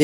Det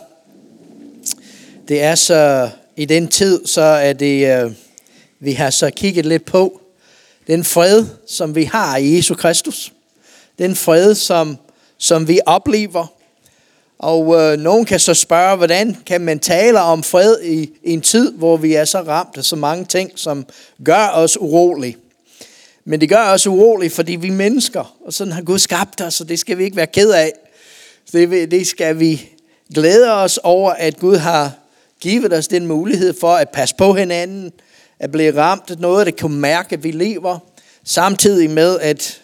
er så i den tid, så er det, vi har så kigget lidt på, den fred, som vi har i Jesus Kristus. Den fred, som vi oplever. Og nogen kan så spørge, hvordan kan man tale om fred i en tid, hvor vi er så ramt af så mange ting, som gør os urolige. Men det gør os urolige, fordi vi er mennesker, og sådan har Gud skabt os, og det skal vi ikke være ked af. Det skal vi glæde os over, at Gud har givet os den mulighed for at passe på hinanden, at blive ramt af noget, der kan mærke, at vi lever, samtidig med, at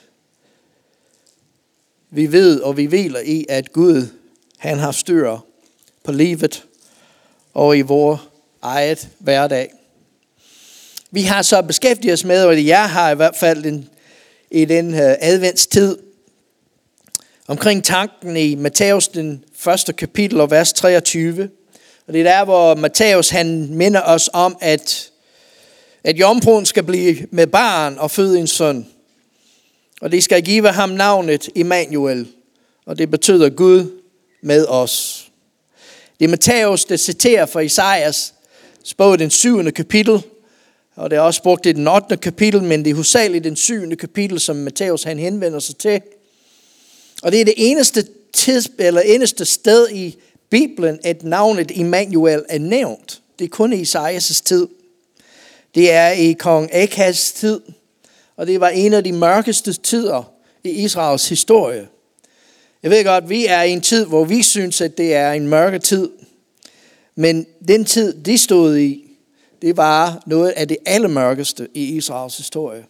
vi ved og vi hviler i, at Gud, han har styr på livet og i vores eget hverdag. Vi har så beskæftiget os med, og jeg har i hvert fald i den adventstid, omkring tanken i Matthæus, den første kapitel og vers 23. Og det er der, hvor Matthæus han minder os om, at jomfruen skal blive med barn og føde en søn. Og det skal give ham navnet Immanuel. Og det betyder Gud med os. Det er Matthæus, der citerer fra Isaias, bog den 7. kapitel. Og det er også brugt i den 8. kapitel, men det er hovedsageligt den 7. kapitel, som Matthæus han henvender sig til. Og det er det eneste sted i Bibelen, at navnet Immanuel er nævnt. Det er kun i Isaias' tid. Det er i kong Akas tid, og det var en af de mørkeste tider i Israels historie. Jeg ved godt, vi er i en tid, hvor vi synes, at det er en mørke tid. Men den tid, de stod i, det var noget af det allermørkeste i Israels historie.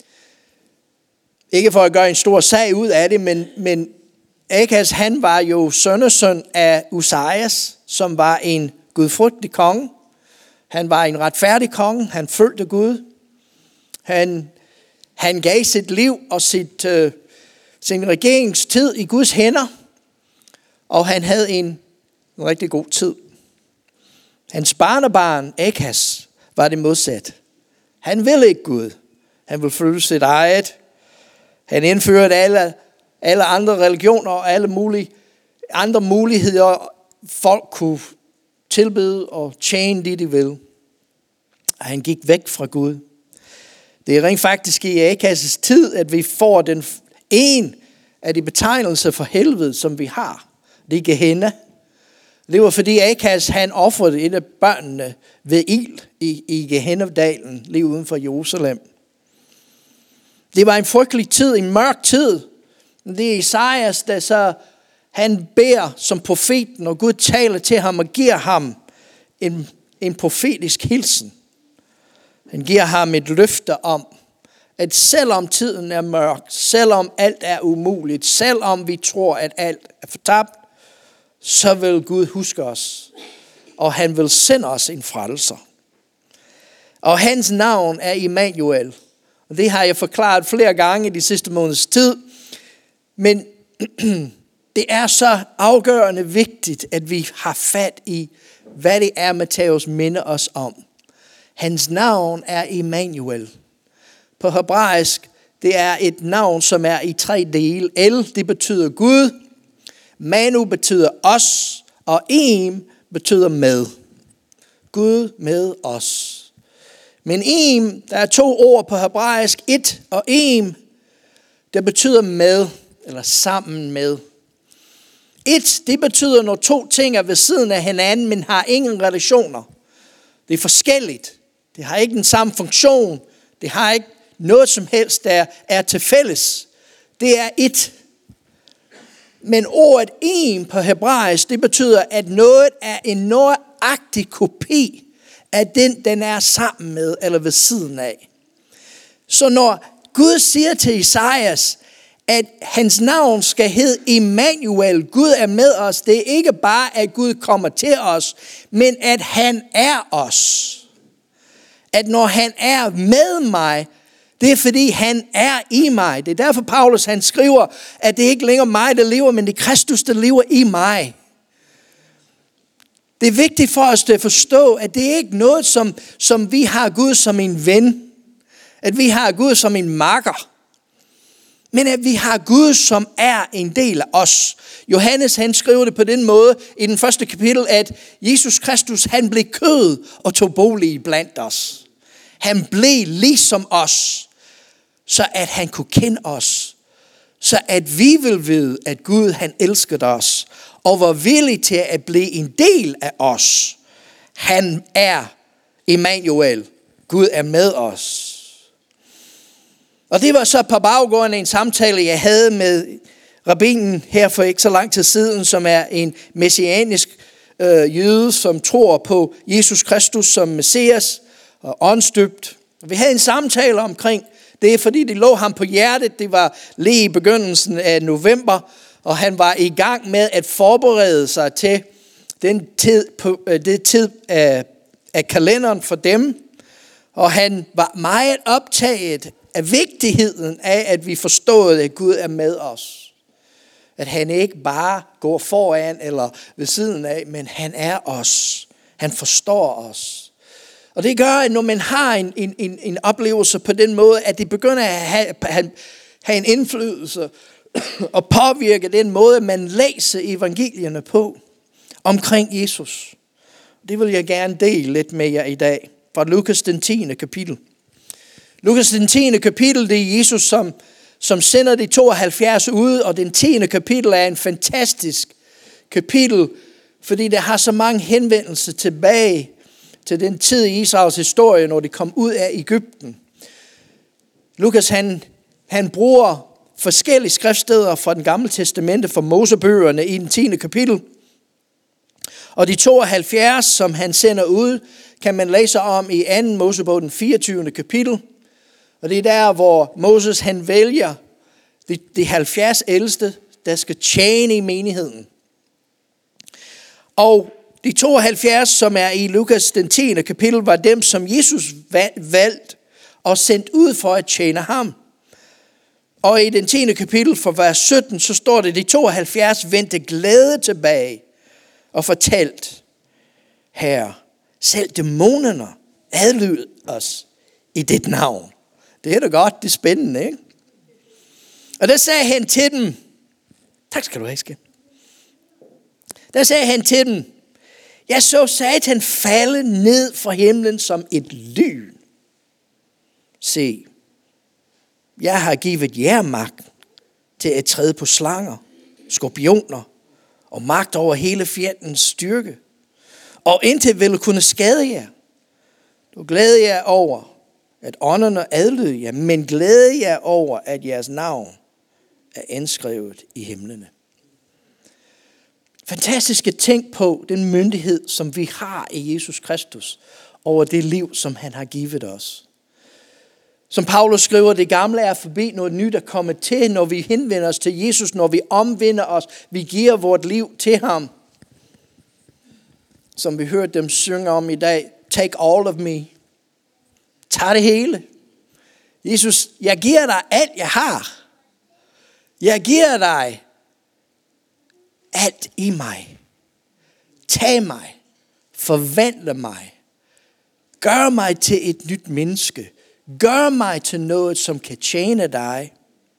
Ikke for at gøre en stor sag ud af det, men Akas, han var jo sønnesøn af Uzias, som var en gudfrygtig konge. Han var en retfærdig konge. Han fulgte Gud. Han gav sit liv og sin regeringstid i Guds hænder. Og han havde en rigtig god tid. Hans barnebarn, Akas, var det modsat. Han ville ikke Gud. Han ville følge sit eget. Han indførte alle andre religioner og alle mulige andre muligheder, folk kunne tilbede og tjene det, de vil. Og han gik væk fra Gud. Det er rent faktisk i Akas' tid, at vi får en af de betegnelser for helvede, som vi har. Det er Gehenna. Det var fordi Akas, han ofrede et af børnene ved ild i Gehenna-dalen, lige uden for Jerusalem. Det var en frygtelig tid, en mørk tid. Det er Isaias, der så han beder som profeten, og Gud taler til ham og giver ham en profetisk hilsen. Han giver ham et løfte om, at selvom tiden er mørk, selvom alt er umuligt, selvom vi tror, at alt er fortabt, så vil Gud huske os, og han vil sende os en frelser. Og hans navn er Immanuel. Og det har jeg forklaret flere gange i de sidste måneds tid. Men det er så afgørende vigtigt, at vi har fat i, hvad det er, Matthæus minder os om. Hans navn er Immanuel. På hebraisk, det er et navn, som er i 3 dele. El, det betyder Gud. Manu betyder os. Og Em betyder med. Gud med os. Men Em, der er 2 ord på hebraisk. Et og Em, der betyder med, eller sammen med. Et, det betyder, når 2 ting er ved siden af hinanden, men har ingen relationer. Det er forskelligt. Det har ikke den samme funktion. Det har ikke noget som helst, der er til fælles. Det er et. Men ordet en på hebraisk, det betyder, at noget er en nøjagtig kopi af den er sammen med eller ved siden af. Så når Gud siger til Isaias, at hans navn skal hedde Immanuel, Gud er med os, det er ikke bare, at Gud kommer til os, men at han er os. At når han er med mig, det er fordi han er i mig. Det er derfor Paulus han skriver, at det ikke længere mig, der lever, men det er Kristus, der lever i mig. Det er vigtigt for os at forstå, at det er ikke noget, som vi har Gud som en ven. At vi har Gud som en makker. men at vi har Gud, som er en del af os. Johannes, han skriver det på den måde i den første kapitel, at Jesus Kristus, han blev kød og tog bolig blandt os. Han blev ligesom os, så at han kunne kende os. Så at vi vil vide, at Gud, han elskede os, og var villig til at blive en del af os. Han er Emmanuel. Gud er med os. Og det var så på baggrund af en samtale, jeg havde med rabbinen her for ikke så lang tid siden, som er en messianisk jøde, som tror på Jesus Kristus som Messias og åndsdøbt. Vi havde en samtale omkring det, fordi det lå ham på hjertet. Det var lige i begyndelsen af november, og han var i gang med at forberede sig til det tid af kalenderen for dem. Og han var meget optaget af vigtigheden af, at vi forstod, at Gud er med os. At han ikke bare går foran eller ved siden af, men han er os. Han forstår os. Og det gør, at når man har en oplevelse på den måde, at det begynder at have en indflydelse og påvirke den måde, man læser evangelierne på omkring Jesus. Det vil jeg gerne dele lidt med jer i dag fra Lukas den 10. kapitel. Lukas den 10. kapitel, det er Jesus, som sender de 72 ud, og den 10. kapitel er en fantastisk kapitel, fordi der har så mange henvendelser tilbage til den tid i Israels historie, når de kom ud af Egypten. Lukas, han bruger forskellige skriftsteder fra den gamle testamente, fra Mosebøgerne i den 10. kapitel. Og de 72, som han sender ud, kan man læse om i 2. Mosebog, den 24. kapitel. Og det er der, hvor Moses han vælger de 70 ældste, der skal tjene i menigheden. Og de 72, som er i Lukas den 10. kapitel, var dem, som Jesus valgte og sendt ud for at tjene ham. Og i den 10. kapitel fra vers 17, så står det, de 72 vendte glæde tilbage og fortalt, Herre, selv dæmonerne adlyd os i dit navn. Det er da godt, det er spændende, ikke? Og der sagde han til dem, tak skal du have, skat. Der sagde han til dem, jeg så Satan falde ned fra himlen som et lyn. Se, jeg har givet jer magt til at træde på slanger, skorpioner og magt over hele fjendens styrke. Og intet vil kunne skade jer. Du glæder jer over, at ånderne adlyder jer, men glæder jer over, at jeres navn er indskrevet i himlene. Fantastisk at tænke på den myndighed, som vi har i Jesus Kristus, over det liv, som han har givet os. Som Paulus skriver, det gamle er forbi, noget nyt er kommet til, når vi henvender os til Jesus, når vi omvender os, vi giver vort liv til ham. Som vi hørte dem synge om i dag, take all of me. Tag det hele. Jesus, jeg giver dig alt, jeg har. Jeg giver dig alt i mig. Tag mig. Forvandle mig. Gør mig til et nyt menneske. Gør mig til noget, som kan tjene dig.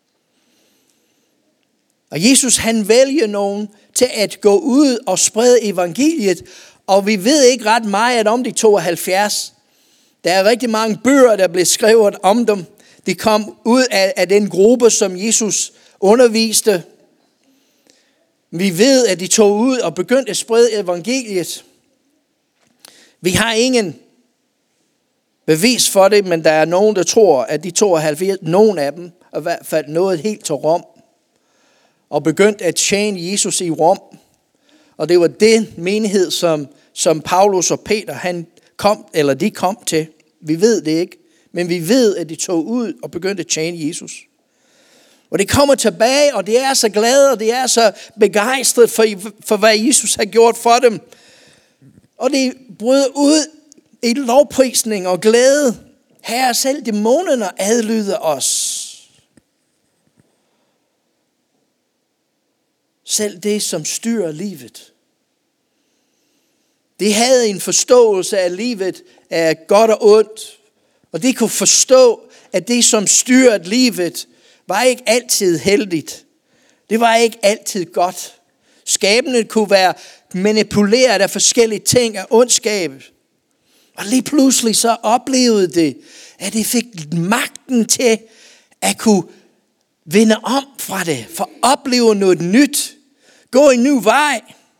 Og Jesus, han vælger nogen til at gå ud og sprede evangeliet. Og vi ved ikke ret meget om de 72. Der er rigtig mange bøger, der blev skrevet om dem. De kom ud af den gruppe, som Jesus underviste. Vi ved, at de tog ud og begyndte at sprede evangeliet. Vi har ingen bevis for det, men der er nogen, der tror, at de 72, nogen af dem, i hvert fald nåede helt til Rom, og begyndte at tjene Jesus i Rom. Og det var den menighed, som Paulus og Peter de kom til. Vi ved det ikke, men vi ved, at de tog ud og begyndte at tjene Jesus. Og de kommer tilbage, og de er så glade, og de er så begejstrede for hvad Jesus har gjort for dem. Og de bryder ud i lovprisning og glæde. Herre, selv dæmonerne adlyder os. Selv det, som styrer livet. De havde en forståelse af livet af godt og ondt. Og de kunne forstå, at det, som styrede livet, var ikke altid heldigt. Det var ikke altid godt. Skabene kunne være manipuleret af forskellige ting, af ondskab. Og lige pludselig så oplevede det, at det fik magten til at kunne vende om fra det, for at opleve noget nyt, gå en ny vej.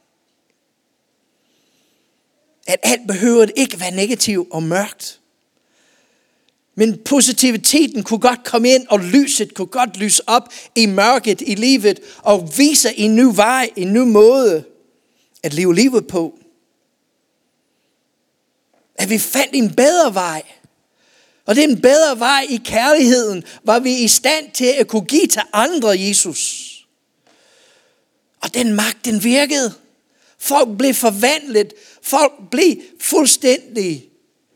At alt behøvede ikke være negativt og mørkt. Men positiviteten kunne godt komme ind, og lyset kunne godt lyse op i mørket i livet, og vise en ny vej, en ny måde at leve livet på. At vi fandt en bedre vej. Og den bedre vej i kærligheden, var vi i stand til at kunne give til andre Jesus. Og den magt, den virkede. Folk blev forvandlet. Folk blev fuldstændig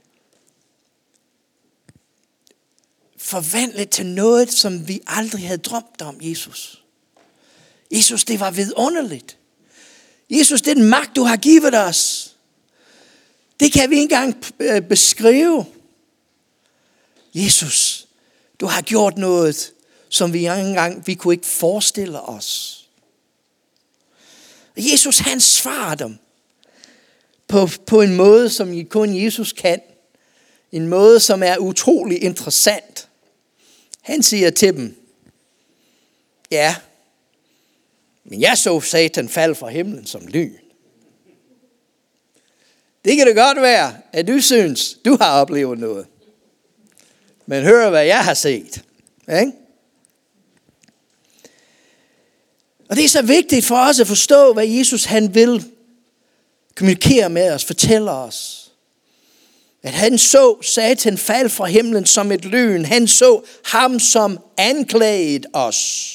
forvandlet til noget, som vi aldrig havde drømt om, Jesus. Jesus, det var vidunderligt. Jesus, den magt, du har givet os, det kan vi ikke engang beskrive. Jesus, du har gjort noget, som vi kunne ikke forestille os. Jesus, han svarer dem på en måde, som kun Jesus kan. En måde, som er utrolig interessant. Han siger til dem, ja, men jeg så Satan falde fra himlen som lyn. Det kan det godt være, at du synes, du har oplevet noget. Men hør, hvad jeg har set. Ikke? Og det er så vigtigt for os at forstå, hvad Jesus han vil kommunikere med os, fortælle os. At han så Satan falde fra himlen som et lyn. Han så ham, som anklagede os.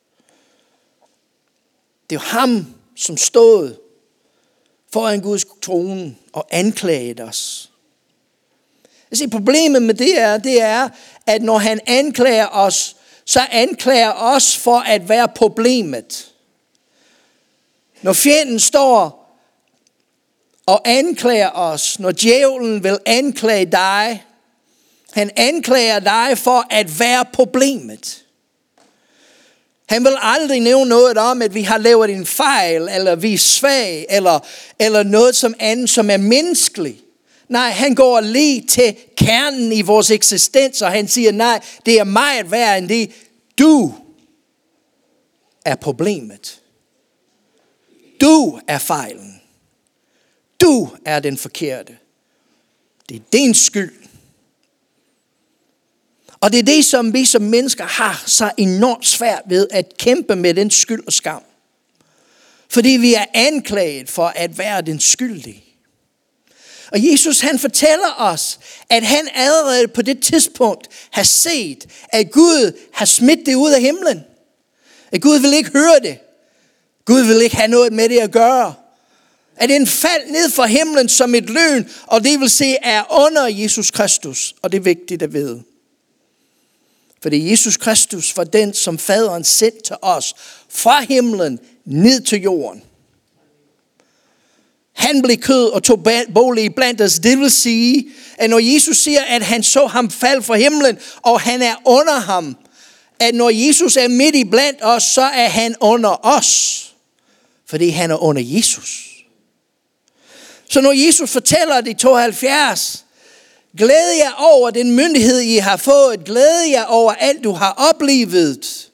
Det var ham, som stod foran Guds trone og anklagede os. Altså, problemet med det er, at når han anklager os, så anklager os for at være problemet. Når fjenden står og anklager os, når djævlen vil anklage dig, han anklager dig for at være problemet. Han vil aldrig nævne noget om, at vi har lavet en fejl, eller vi er svage, eller noget som andet, som er menneskeligt. Nej, han går lige til kernen i vores eksistens, og han siger, nej, det er meget værre end det. Du er problemet. Du er fejlen. Du er den forkerte. Det er din skyld. Og det er det, som vi som mennesker har så enormt svært ved at kæmpe med den skyld og skam. Fordi vi er anklaget for at være den skyldige. Og Jesus han fortæller os, at han allerede på det tidspunkt har set, at Gud har smidt det ud af himlen. At Gud vil ikke høre det. Gud vil ikke have noget med det at gøre. At den faldt ned fra himlen som et lyn, og det vil sige er under Jesus Kristus. Og det er vigtigt at vide. Fordi Jesus Kristus var den, som faderen sendte til os fra himlen ned til jorden. Han blev kød og tog bolig blandt os. Det vil sige, at når Jesus siger, at han så ham falde fra himlen, og han er under ham, at når Jesus er midt i blandt os, så er han under os. Fordi han er under Jesus. Så når Jesus fortæller de 72, glæd jer over den myndighed, I har fået. Glæd jer over alt, du har oplevet.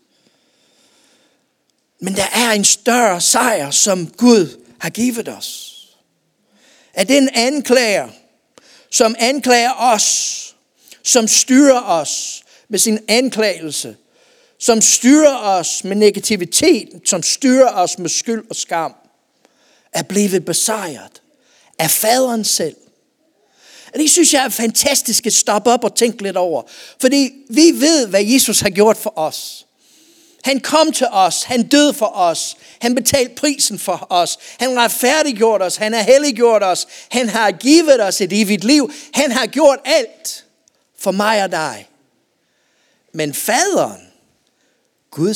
Men der er en større sejr, som Gud har givet os. At den anklager, som anklager os, som styrer os med sin anklagelse, som styrer os med negativitet, som styrer os med skyld og skam, er blevet besejret af faderen selv. Og det synes jeg er fantastisk at stoppe op og tænke lidt over. Fordi vi ved, hvad Jesus har gjort for os. Han kom til os, han døde for os, han betalte prisen for os, han retfærdiggjort os, han har helliggjort os, han har givet os et evigt liv, han har gjort alt for mig og dig. Men faderen, Gud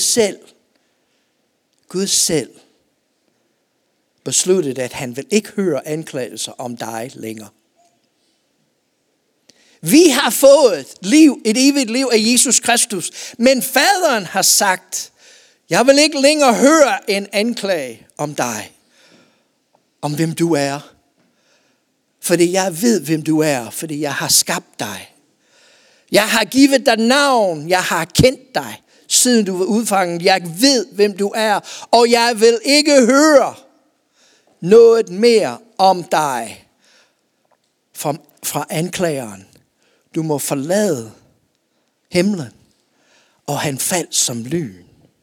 selv, besluttede, at han vil ikke høre anklagelser om dig længere. Vi har fået et evigt liv af Jesus Kristus, men faderen har sagt, jeg vil ikke længere høre en anklage om dig, om hvem du er. Fordi jeg ved, hvem du er, fordi jeg har skabt dig. Jeg har givet dig navn, jeg har kendt dig, siden du var udfanget. Jeg ved, hvem du er, og jeg vil ikke høre noget mere om dig fra anklageren. Du må forlade himlen, og han faldt som lyn.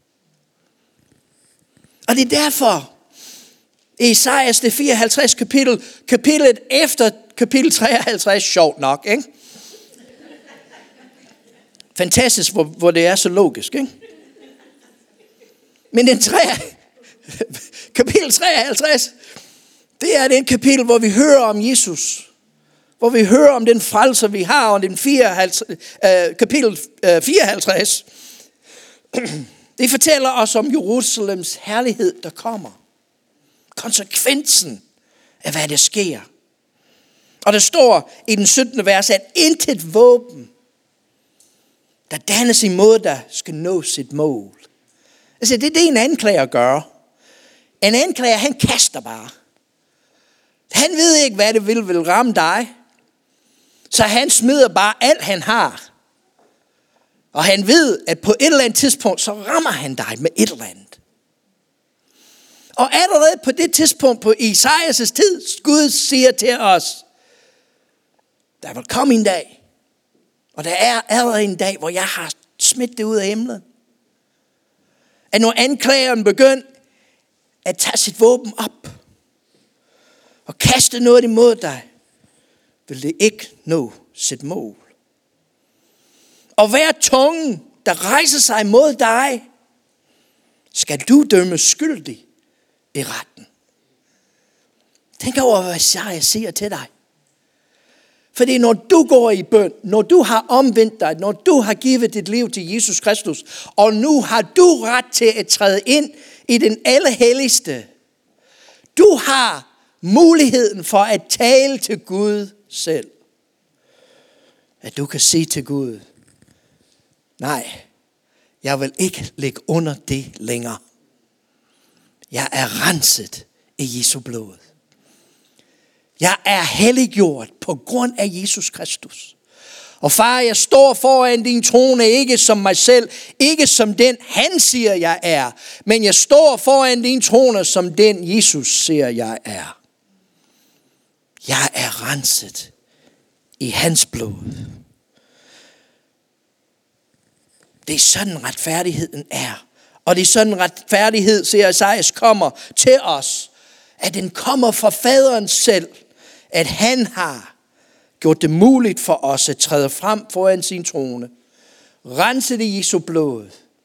Og det er derfor, Esajas det 54 kapitlet efter kapitel 53, sjovt nok, ikke? Fantastisk, hvor det er så logisk, ikke? Men kapitel 53, det er den kapitel, hvor vi hører om Jesus. Hvor vi hører om den frelser, vi har, og den kapitel 54. Det fortæller os om Jerusalems herlighed, der kommer. Konsekvensen af, hvad der sker. Og der står i den 17. vers, at intet våben, der dannes imod dig, skal nå sit mål. Altså, det er det, en anklager gør. En anklager, han kaster bare. Han ved ikke, hvad det vil ramme dig. Så han smider bare alt, han har. Og han ved, at på et eller andet tidspunkt, så rammer han dig med et eller andet. Og allerede på det tidspunkt på Esajas tid, Gud siger til os, der vil komme en dag, og der er allerede en dag, hvor jeg har smidt det ud af himlen. At når anklageren begynder at tage sit våben op, og kaste noget imod dig, vil det ikke nå sit mål. Og hver tunge, der rejser sig mod dig, skal du dømme skyldig i retten. Tænk over, hvad jeg siger til dig. Fordi når du går i bøn, når du har omvendt dig, når du har givet dit liv til Jesus Kristus, og nu har du ret til at træde ind i den allerhelligste. Du har muligheden for at tale til Gud selv. At du kan sige til Gud, nej, jeg vil ikke ligge under det længere. Jeg er renset i Jesu blod. Jeg er helliggjort på grund af Jesus Kristus. Og far, jeg står foran din trone, ikke som mig selv, ikke som den han siger jeg er, men jeg står foran din trone som den Jesus siger jeg er. Jeg er renset i hans blod. Det er sådan retfærdigheden er. Og det er sådan retfærdighed, siger Esajas, kommer til os. At den kommer fra faderen selv. At han har gjort det muligt for os at træde frem foran sin trone. Renset i Jesu blod.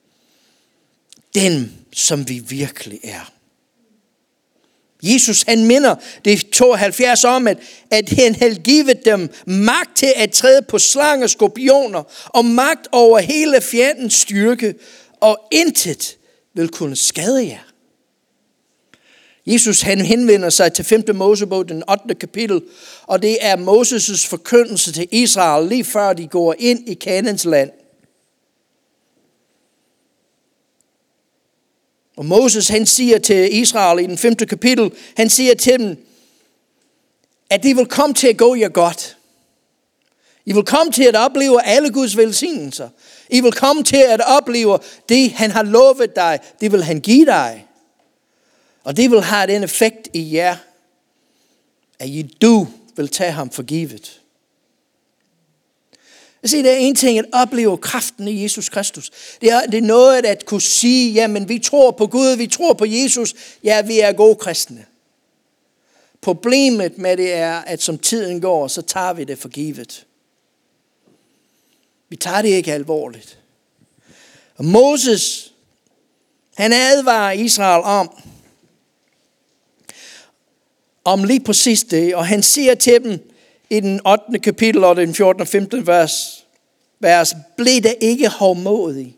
Den, som vi virkelig er. Jesus, han minder det 72 om, at han havde givet dem magt til at træde på slanger, skorpioner og magt over hele fjendens styrke, og intet vil kunne skade jer. Jesus, han henvender sig til 5. Mosebog, den 8. kapitel, og det er Moses' forkyndelse til Israel, lige før de går ind i Kanaans land. Og Moses, han siger til Israel i den 5. kapitel, han siger til dem, at de vil komme til at gå jer godt. I vil komme til at opleve alle Guds velsignelser. I vil komme til at opleve det, han har lovet dig, det vil han give dig. Og det vil have den effekt i jer, at du vil tage ham for givet. Jeg siger, det er en ting at opleve kraften i Jesus Kristus. Det er noget at kunne sige, jamen vi tror på Gud, vi tror på Jesus, ja vi er gode kristne. Problemet med det er, at som tiden går, så tager vi det for givet. Vi tager det ikke alvorligt. Og Moses, han advarer Israel om lige præcis det, og han siger til dem i den 8. kapitel og den 14. og 15. vers, bliv da ikke hovmodig,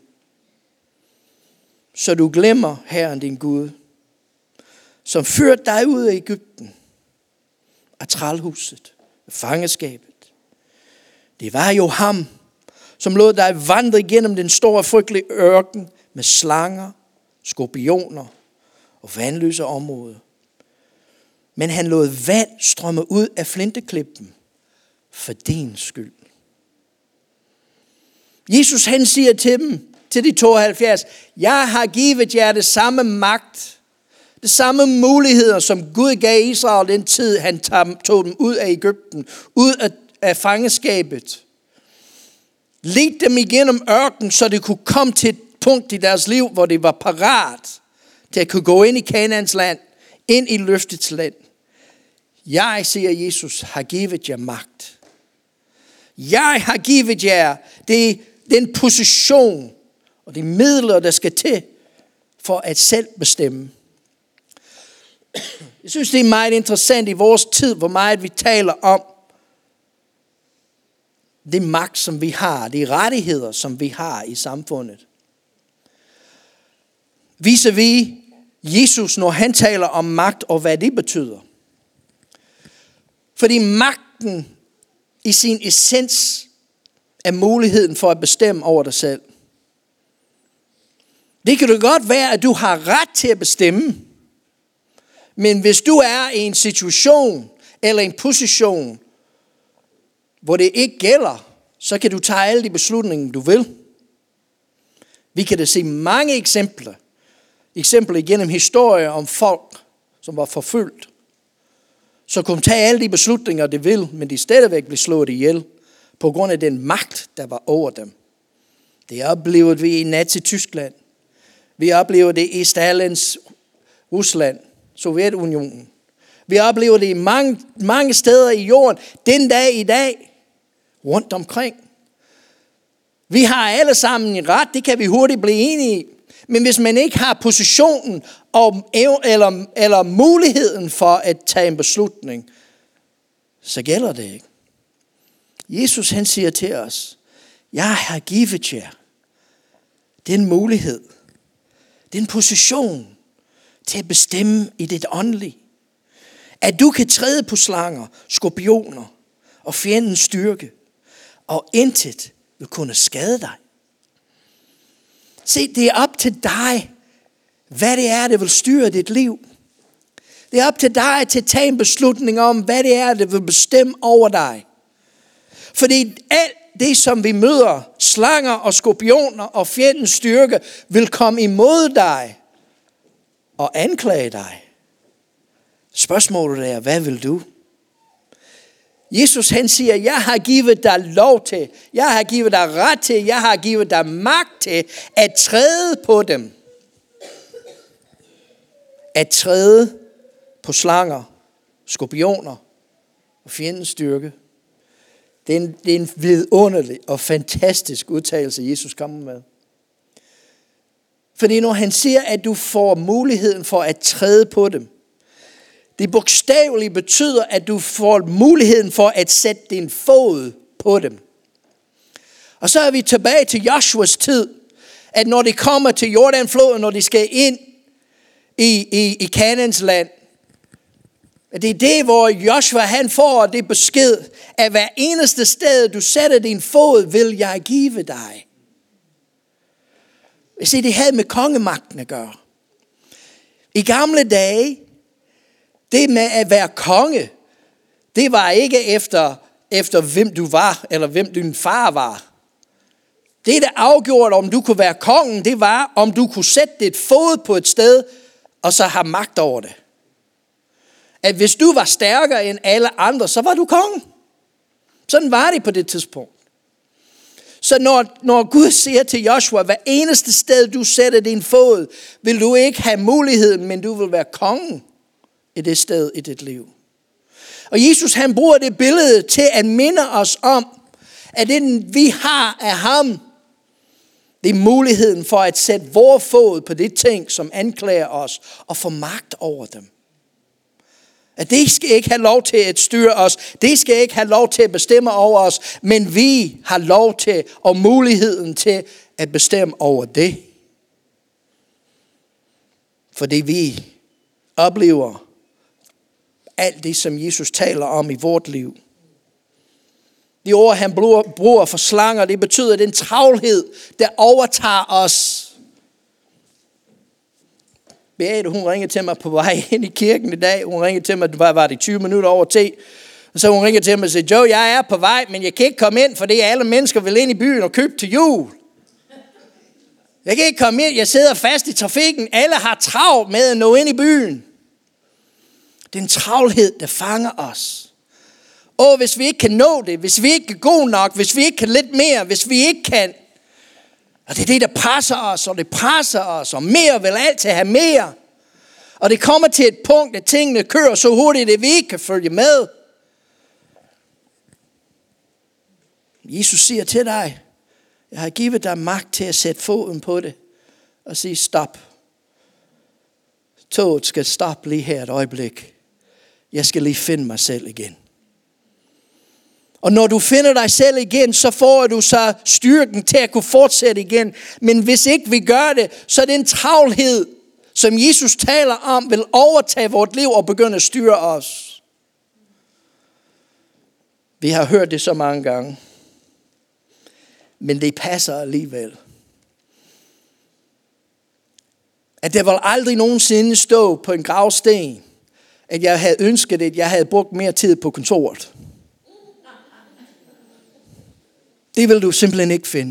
så du glemmer Herren din Gud, som førte dig ud af Egypten, af trælhuset, af fangeskabet. Det var jo ham, som lod dig vandre igennem den store frygtelige ørken med slanger, skorpioner og vandløse områder. Men han lod vand strømme ud af flinteklippen for din skyld. Jesus han siger til dem, til de 72, jeg har givet jer det samme magt, det samme muligheder, som Gud gav Israel den tid, han tog dem ud af Egypten, ud af fangeskabet. Led dem igennem ørken, så det kunne komme til et punkt i deres liv, hvor det var parat til at kunne gå ind i Kanaans land, ind i løftets land. Jeg, siger Jesus, har givet jer magt. Jeg har givet jer den position og de midler, der skal til for at selv bestemme. Jeg synes, det er meget interessant i vores tid, hvor meget vi taler om det magt, som vi har, de rettigheder, som vi har i samfundet. Viser vi Jesus, når han taler om magt og hvad det betyder. Fordi magten i sin essens er muligheden for at bestemme over dig selv. Det kan jo godt være, at du har ret til at bestemme. Men hvis du er i en situation eller en position, hvor det ikke gælder, så kan du tage alle de beslutninger, du vil. Vi kan da se mange eksempler igennem historier om folk, som var forfulgt. Så kunne tage alle de beslutninger, de vil, men de stadigvæk blev slået ihjel på grund af den magt, der var over dem. Det oplevede vi i Nazi-Tyskland. Vi oplevede det i Stalins Rusland, Sovjetunionen. Vi oplever det i mange steder i jorden, den dag i dag, rundt omkring. Vi har alle sammen en ret, det kan vi hurtigt blive enige i. Men hvis man ikke har positionen eller muligheden for at tage en beslutning, så gælder det ikke. Jesus han siger til os, jeg har givet jer den mulighed, den position til at bestemme i det åndelige. At du kan træde på slanger, skorpioner og fjendens styrke, og intet vil kunne skade dig. Se, det er op til dig, hvad det er, der vil styre dit liv. Det er op til dig til at tage en beslutning om, hvad det er, der vil bestemme over dig. Fordi alt det, som vi møder, slanger og skorpioner og fjendens styrke, vil komme imod dig og anklage dig. Spørgsmålet er, hvad vil du? Jesus han siger, jeg har givet dig lov til, jeg har givet dig ret til, jeg har givet dig magt til at træde på dem. At træde på slanger, skorpioner og fjendens styrke. Det er en vidunderlig og fantastisk udtalelse, Jesus kommer med. Fordi når han siger, at du får muligheden for at træde på dem, det bogstaveligt betyder, at du får muligheden for at sætte din fod på dem. Og så er vi tilbage til Joshuas tid, at når de kommer til Jordanfloden, når de skal ind i Kanaans land, det er det, hvor Joshua han får det besked, at hver eneste sted, du sætter din fod, vil jeg give dig. Se, det havde med kongemagten at gøre. I gamle dage, det med at være konge, det var ikke efter hvem du var, eller hvem din far var. Det, der afgjorde, om du kunne være kongen, det var, om du kunne sætte dit fod på et sted, og så have magt over det. At hvis du var stærkere end alle andre, så var du konge. Sådan var det på det tidspunkt. Så når Gud siger til Joshua, hver eneste sted du sætter din fod, vil du ikke have muligheden, men du vil være kongen i det sted i dit liv. Og Jesus han bruger det billede til at minde os om, at det vi har af ham, det er muligheden for at sætte vores fod på det ting, som anklager os, og få magt over dem. At det skal ikke have lov til at styre os. Det skal ikke have lov til at bestemme over os. Men vi har lov til og muligheden til at bestemme over det. Fordi vi oplever alt det, som Jesus taler om i vort liv. Det ord, han bruger for slanger, det betyder den travlhed, der overtager os. Beate, hun ringede til mig på vej ind i kirken i dag. Hun ringede til mig, var det 20 minutter over 10. Og så hun ringede til mig og sagde, Joe, jeg er på vej, men jeg kan ikke komme ind, fordi alle mennesker vil ind i byen og købe til jul. Jeg kan ikke komme ind, jeg sidder fast i trafikken. Alle har travlt med at nå ind i byen. Det er en travlhed, der fanger os. Og hvis vi ikke kan nå det, hvis vi ikke er gode nok, hvis vi ikke kan lidt mere, hvis vi ikke kan. Og det er det, der presser os, og det presser os, og mere vil altid have mere. Og det kommer til et punkt, at tingene kører så hurtigt, at vi ikke kan følge med. Jesus siger til dig, jeg har givet dig magt til at sætte foden på det, og sige stop. Toget skal stoppe lige her et øjeblik. Jeg skal lige finde mig selv igen. Og når du finder dig selv igen, så får du så styrken til at kunne fortsætte igen. Men hvis ikke vi gør det, så er den travlhed, som Jesus taler om, vil overtage vort liv og begynde at styre os. Vi har hørt det så mange gange. Men det passer alligevel. At der vil aldrig nogensinde stå på en gravsten, at jeg havde ønsket, at jeg havde brugt mere tid på kontoret. Det vil du simpelthen ikke finde.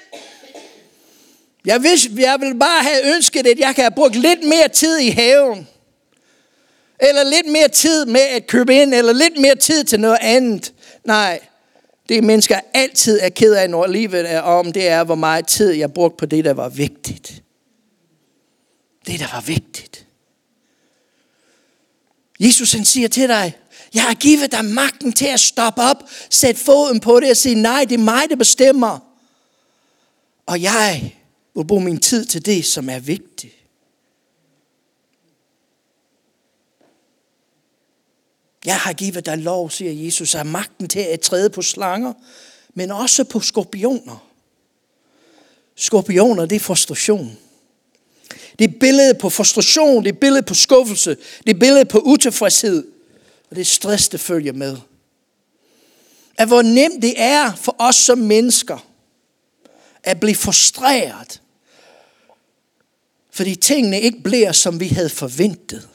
Jeg vil bare have ønsket, at jeg kan have brugt lidt mere tid i haven. Eller lidt mere tid med at købe ind, eller lidt mere tid til noget andet. Nej, det mennesker altid er ked af, når livet er om, det er, hvor meget tid jeg brugte på det, der var vigtigt. Det, der var vigtigt. Jesus han siger til dig, jeg har givet dig magten til at stoppe op, sætte foden på det og sige, nej, det er mig, der bestemmer. Og jeg vil bruge min tid til det, som er vigtigt. Jeg har givet dig lov, siger Jesus, af magten til at træde på slanger, men også på skorpioner. Skorpioner, det er frustration. Det er billedet på frustration, det er billedet på skuffelse, det er billedet på utilfredshed. Og det er stress, der følger med. At hvor nemt det er for os som mennesker at blive frustreret, fordi tingene ikke bliver, som vi havde forventet.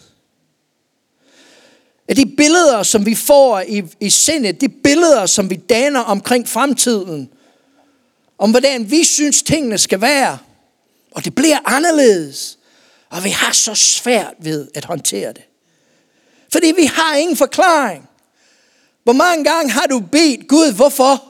At de billeder, som vi får i sindet, de billeder, som vi danner omkring fremtiden, om hvordan vi synes, tingene skal være, og det bliver anderledes, og vi har så svært ved at håndtere det. Fordi vi har ingen forklaring. Hvor mange gange har du bedt Gud, hvorfor?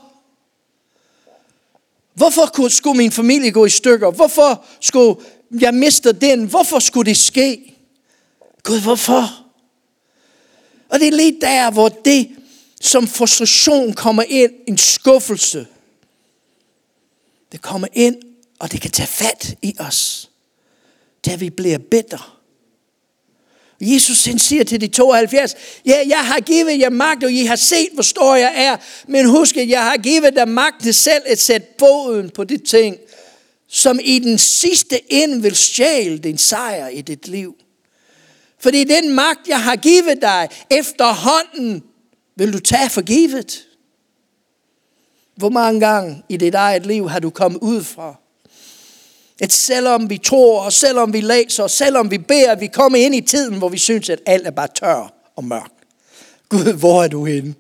Hvorfor skulle min familie gå i stykker? Hvorfor skulle jeg miste den? Hvorfor skulle det ske? Gud, hvorfor? Og det er lige der, hvor det som frustration kommer ind, en skuffelse. Det kommer ind, og det kan tage fat i os, da vi bliver bitter. Jesus han siger til de 72, ja, jeg har givet jer magt, og I har set, hvor stor jeg er. Men husk, at jeg har givet dig magt til selv at sætte foden på de ting, som i den sidste ende vil stjæle din sejr i dit liv. Fordi den magt, jeg har givet dig, efterhånden vil du tage for givet. Hvor mange gange i dit eget liv har du kommet ud fra, at selvom vi tror, og selvom vi læser, og selvom vi beder, vi kommer ind i tiden, hvor vi synes, at alt er bare tør og mørkt. Gud, hvor er du henne?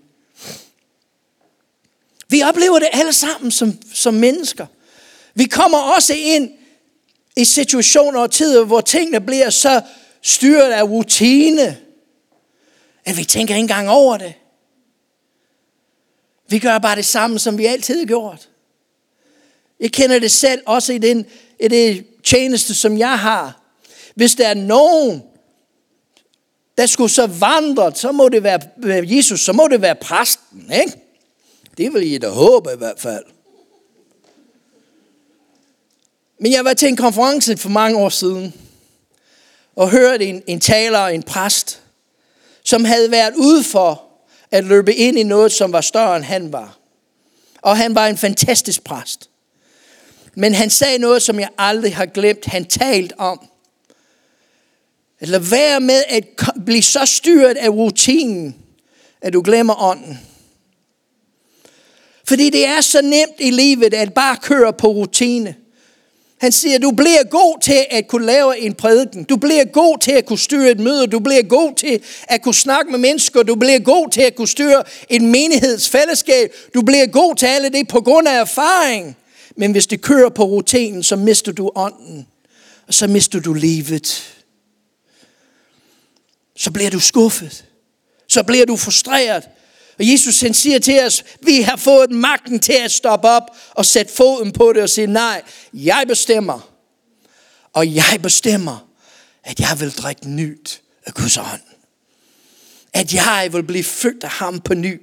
Vi oplever det alle sammen som mennesker. Vi kommer også ind i situationer og tider, hvor tingene bliver så styret af rutine, at vi tænker ikke engang over det. Vi gør bare det samme, som vi altid har gjort. Jeg kender det selv, også i det tjeneste, som jeg har. Hvis der er nogen, der skulle så vandre, så må det være Jesus, så må det være præsten, ikke? Det vil I da håbe i hvert fald. Men jeg var til en konference for mange år siden, og hørte en taler, en præst, som havde været ude for at løbe ind i noget, som var større end han var. Og han var en fantastisk præst. Men han sagde noget, som jeg aldrig har glemt. Han talte om at lade være med at blive så styret af rutinen, at du glemmer ånden. Fordi det er så nemt i livet at bare køre på rutine. Han siger, du bliver god til at kunne lave en prædiken. Du bliver god til at kunne styre et møde. Du bliver god til at kunne snakke med mennesker. Du bliver god til at kunne styre et menighedsfællesskab. Du bliver god til alle det på grund af erfaring. Men hvis det kører på rutinen, så mister du ånden. Og så mister du livet. Så bliver du skuffet. Så bliver du frustreret. Og Jesus han siger til os, vi har fået magten til at stoppe op og sætte foden på det og sige, nej, jeg bestemmer. Og jeg bestemmer, at jeg vil drikke nyt af Guds ånd. At jeg vil blive født af ham på ny.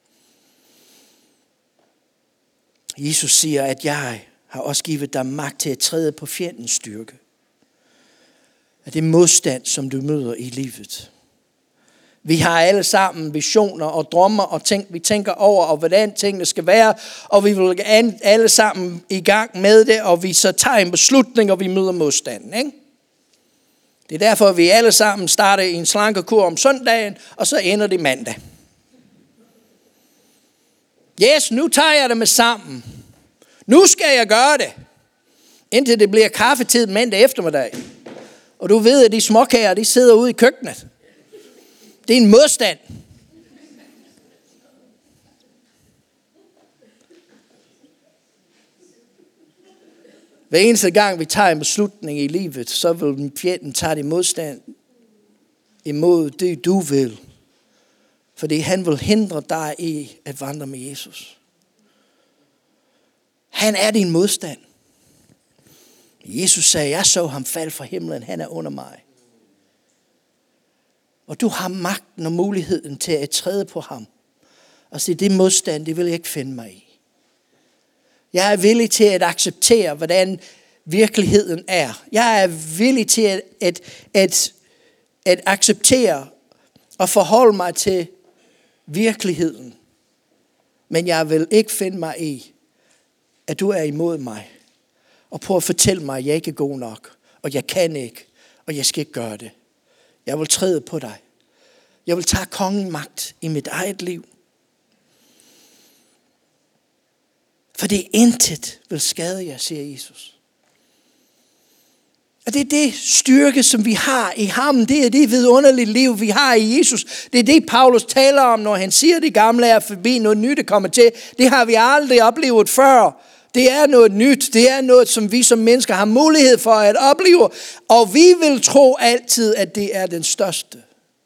Jesus siger, at jeg har også givet dig magt til at træde på fjendens styrke. At det er modstand, som du møder i livet. Vi har alle sammen visioner og drømmer og ting, vi tænker over, og hvordan tingene skal være. Og vi vil alle sammen i gang med det, og vi så tager en beslutning, og vi møder modstanden. Ikke? Det er derfor, vi alle sammen starter i en slankekur om søndagen, og så ender det mandag. Yes, nu tager jeg det med sammen. Nu skal jeg gøre det. Indtil det bliver kaffetid mandag eftermiddag. Og du ved, at de småkager, de sidder ude i køkkenet. Det er en modstand. Hver eneste gang vi tager en beslutning i livet, så vil fjenden tage det modstand imod det du vil. Fordi han vil hindre dig i at vandre med Jesus. Han er din modstand. Jesus sagde, jeg så ham falde fra himlen, han er under mig. Og du har magten og muligheden til at træde på ham. Og sige, det modstand, det vil jeg ikke finde mig i. Jeg er villig til at acceptere, hvordan virkeligheden er. Jeg er villig til at acceptere og forholde mig til virkeligheden. Men jeg vil ikke finde mig i, at du er imod mig. Og prøv at fortælle mig, at jeg ikke er god nok. Og jeg kan ikke. Og jeg skal ikke gøre det. Jeg vil træde på dig. Jeg vil tage kongen magt i mit eget liv. For det intet vil skade jer, siger Jesus. Og det er det styrke, som vi har i ham. Det er det vidunderlige liv, vi har i Jesus. Det er det, Paulus taler om, når han siger, det gamle er forbi, noget nyt er kommet til. Det har vi aldrig oplevet før. Det er noget nyt. Det er noget, som vi som mennesker har mulighed for at opleve. Og vi vil tro altid, at det er den største.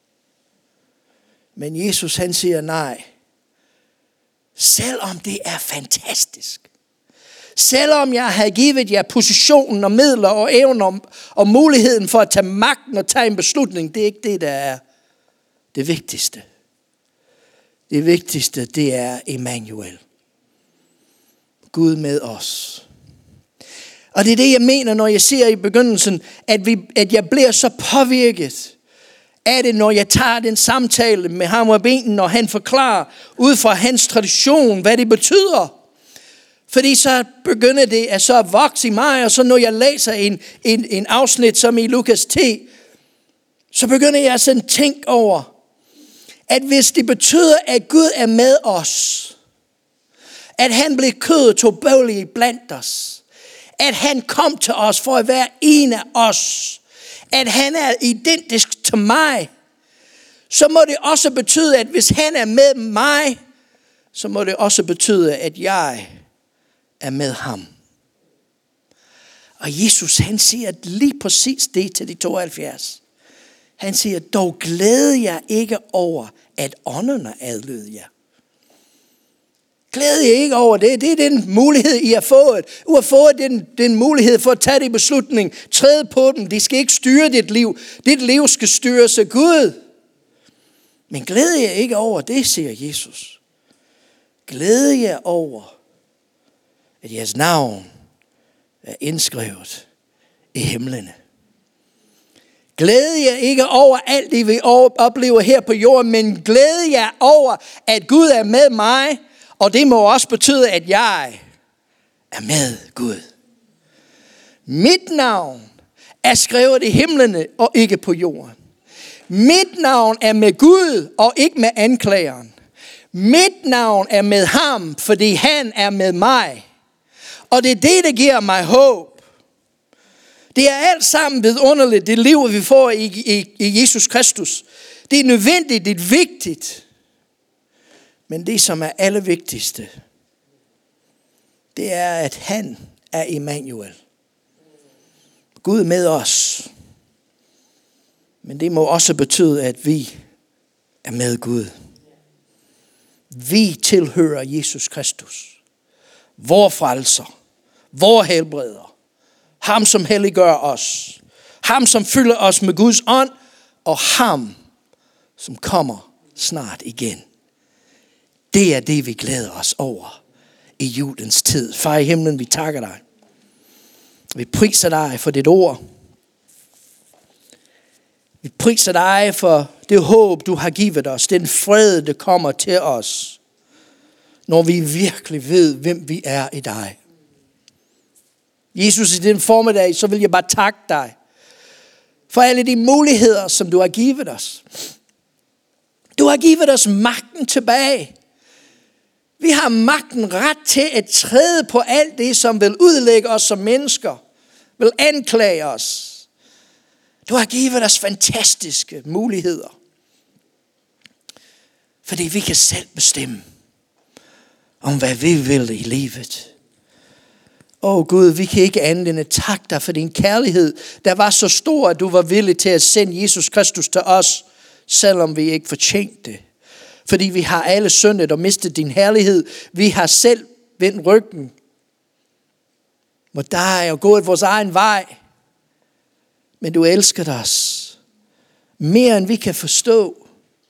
Men Jesus han siger nej. Selvom det er fantastisk. Selvom jeg har givet jer positionen og midler og evner og muligheden for at tage magten og tage en beslutning. Det er ikke det, der er det vigtigste. Det vigtigste, det er Emmanuel. Gud med os. Og det er det, jeg mener, når jeg siger i begyndelsen, at jeg bliver så påvirket af det, når jeg tager den samtale med ham og benen, når han forklarer ud fra hans tradition, hvad det betyder. Fordi så begynder det at så vokse i mig, og så når jeg læser en afsnit som i Lukas 10, så begynder jeg sådan at tænke over, at hvis det betyder, at Gud er med os, at han blev kød og tog bøvlig blandt os, at han kom til os for at være en af os, at han er identisk til mig, så må det også betyde, at hvis han er med mig, så må det også betyde, at jeg er med ham. Og Jesus han siger lige præcis det til de 72. Han siger, dog glæder jeg ikke over, at ånderne adlyder jer. Glæder jeg ikke over det. Det er den mulighed, I har fået. I har fået den mulighed for at tage det beslutning. Træde på dem. De skal ikke styre dit liv. Dit liv skal styres af Gud. Men glæder jeg ikke over det, siger Jesus. Glæder jeg over, at jeres navn er indskrevet i himlene. Glæder jeg ikke over alt det, vi oplever her på jorden, men glæder jeg over, at Gud er med mig, og det må også betyde, at jeg er med Gud. Mit navn er skrevet i himlene og ikke på jorden. Mit navn er med Gud og ikke med anklageren. Mit navn er med ham, fordi han er med mig. Og det er det, der giver mig håb. Det er alt sammen vidunderligt, det liv, vi får i Jesus Kristus. Det er nødvendigt, det er vigtigt. Men det, som er allervigtigste, det er, at han er Emmanuel. Gud med os. Men det må også betyde, at vi er med Gud. Vi tilhører Jesus Kristus. Vor frelser. Vor helbreder. Ham, som helliggør os. Ham, som fylder os med Guds ånd. Og ham, som kommer snart igen. Det er det, vi glæder os over i julens tid. Far i himlen, vi takker dig. Vi priser dig for dit ord. Vi priser dig for det håb, du har givet os. Den fred, der kommer til os. Når vi virkelig ved, hvem vi er i dig. Jesus, i den formiddag, så vil jeg bare takke dig. For alle de muligheder, som du har givet os. Du har givet os magten tilbage. Vi har magten ret til at træde på alt det, som vil udlægge os som mennesker. Vil anklage os. Du har givet os fantastiske muligheder. Fordi vi kan selv bestemme om hvad vi vil i livet. Gud, vi kan ikke andet end at takke dig for din kærlighed, der var så stor, at du var villig til at sende Jesus Kristus til os, selvom vi ikke fortjente det. Fordi vi har alle syndet og mistet din herlighed. Vi har selv vendt ryggen mod dig og gået vores egen vej. Men du elsker os mere end vi kan forstå.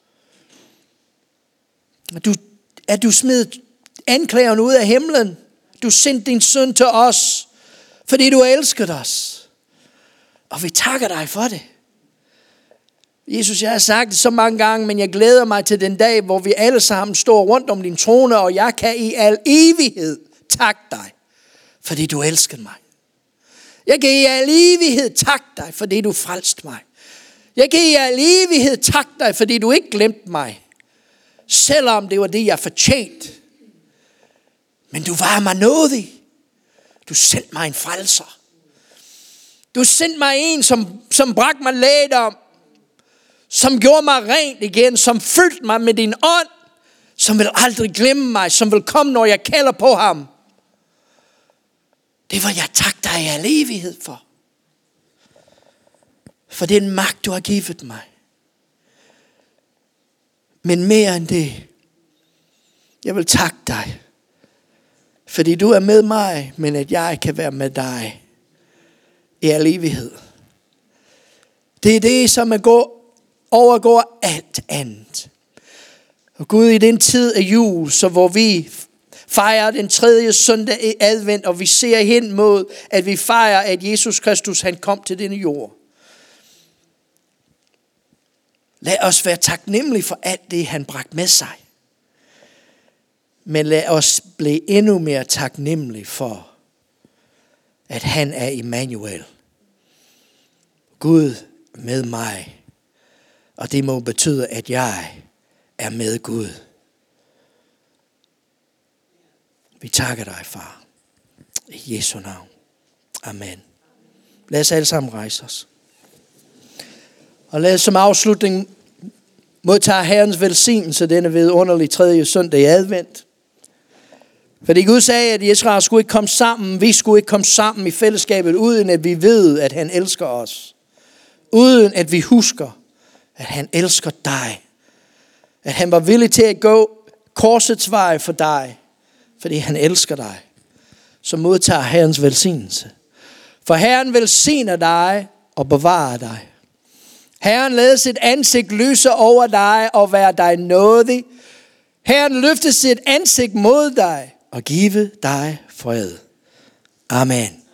At du smed anklageren ud af himlen. Du sendte din søn til os, fordi du elskede os. Og vi takker dig for det. Jesus, jeg har sagt det så mange gange, men jeg glæder mig til den dag, hvor vi alle sammen står rundt om din trone, og jeg kan i al evighed takke dig, fordi du elskede mig. Jeg kan i al evighed takke dig, fordi du frelste mig. Jeg kan i al evighed takke dig, fordi du ikke glemte mig, selvom det var det, jeg fortjente. Men du var mig nådig. Du sendte mig en frelser. Du sendte mig en, som bragte mig lægedom. Som gjorde mig rent igen. Som fyldte mig med din ånd. Som vil aldrig glemme mig. Som vil komme, når jeg kalder på ham. Det var jeg tak dig i al evighed for. For den magt, du har givet mig. Men mere end det. Jeg vil takke dig. Fordi du er med mig, men at jeg kan være med dig i al evighed. Det er det, som overgår alt andet. Og Gud, i den tid af jul, så hvor vi fejrer den 3. søndag i advent, og vi ser hen mod, at vi fejrer, at Jesus Kristus, han kom til denne jord. Lad os være taknemmelige for alt det, han bragte med sig. Men lad os blive endnu mere taknemmelige for, at han er Emmanuel. Gud med mig. Og det må betyde, at jeg er med Gud. Vi takker dig, far. I Jesu navn. Amen. Lad os alle sammen rejse os. Og lad os som afslutning modtage Herrens velsignelse denne vidunderlige 3. søndag i advent. Fordi Gud sagde, at Israel skulle ikke komme sammen. Vi skulle ikke komme sammen i fællesskabet, uden at vi ved, at han elsker os. Uden at vi husker, at han elsker dig. At han var villig til at gå korsets vej for dig. Fordi han elsker dig. Så modtager Herrens velsignelse. For Herren velsigner dig og bevarer dig. Herren lader sit ansigt lyse over dig og være dig nådig. Herren løfter sit ansigt mod dig og give dig fred. Amen.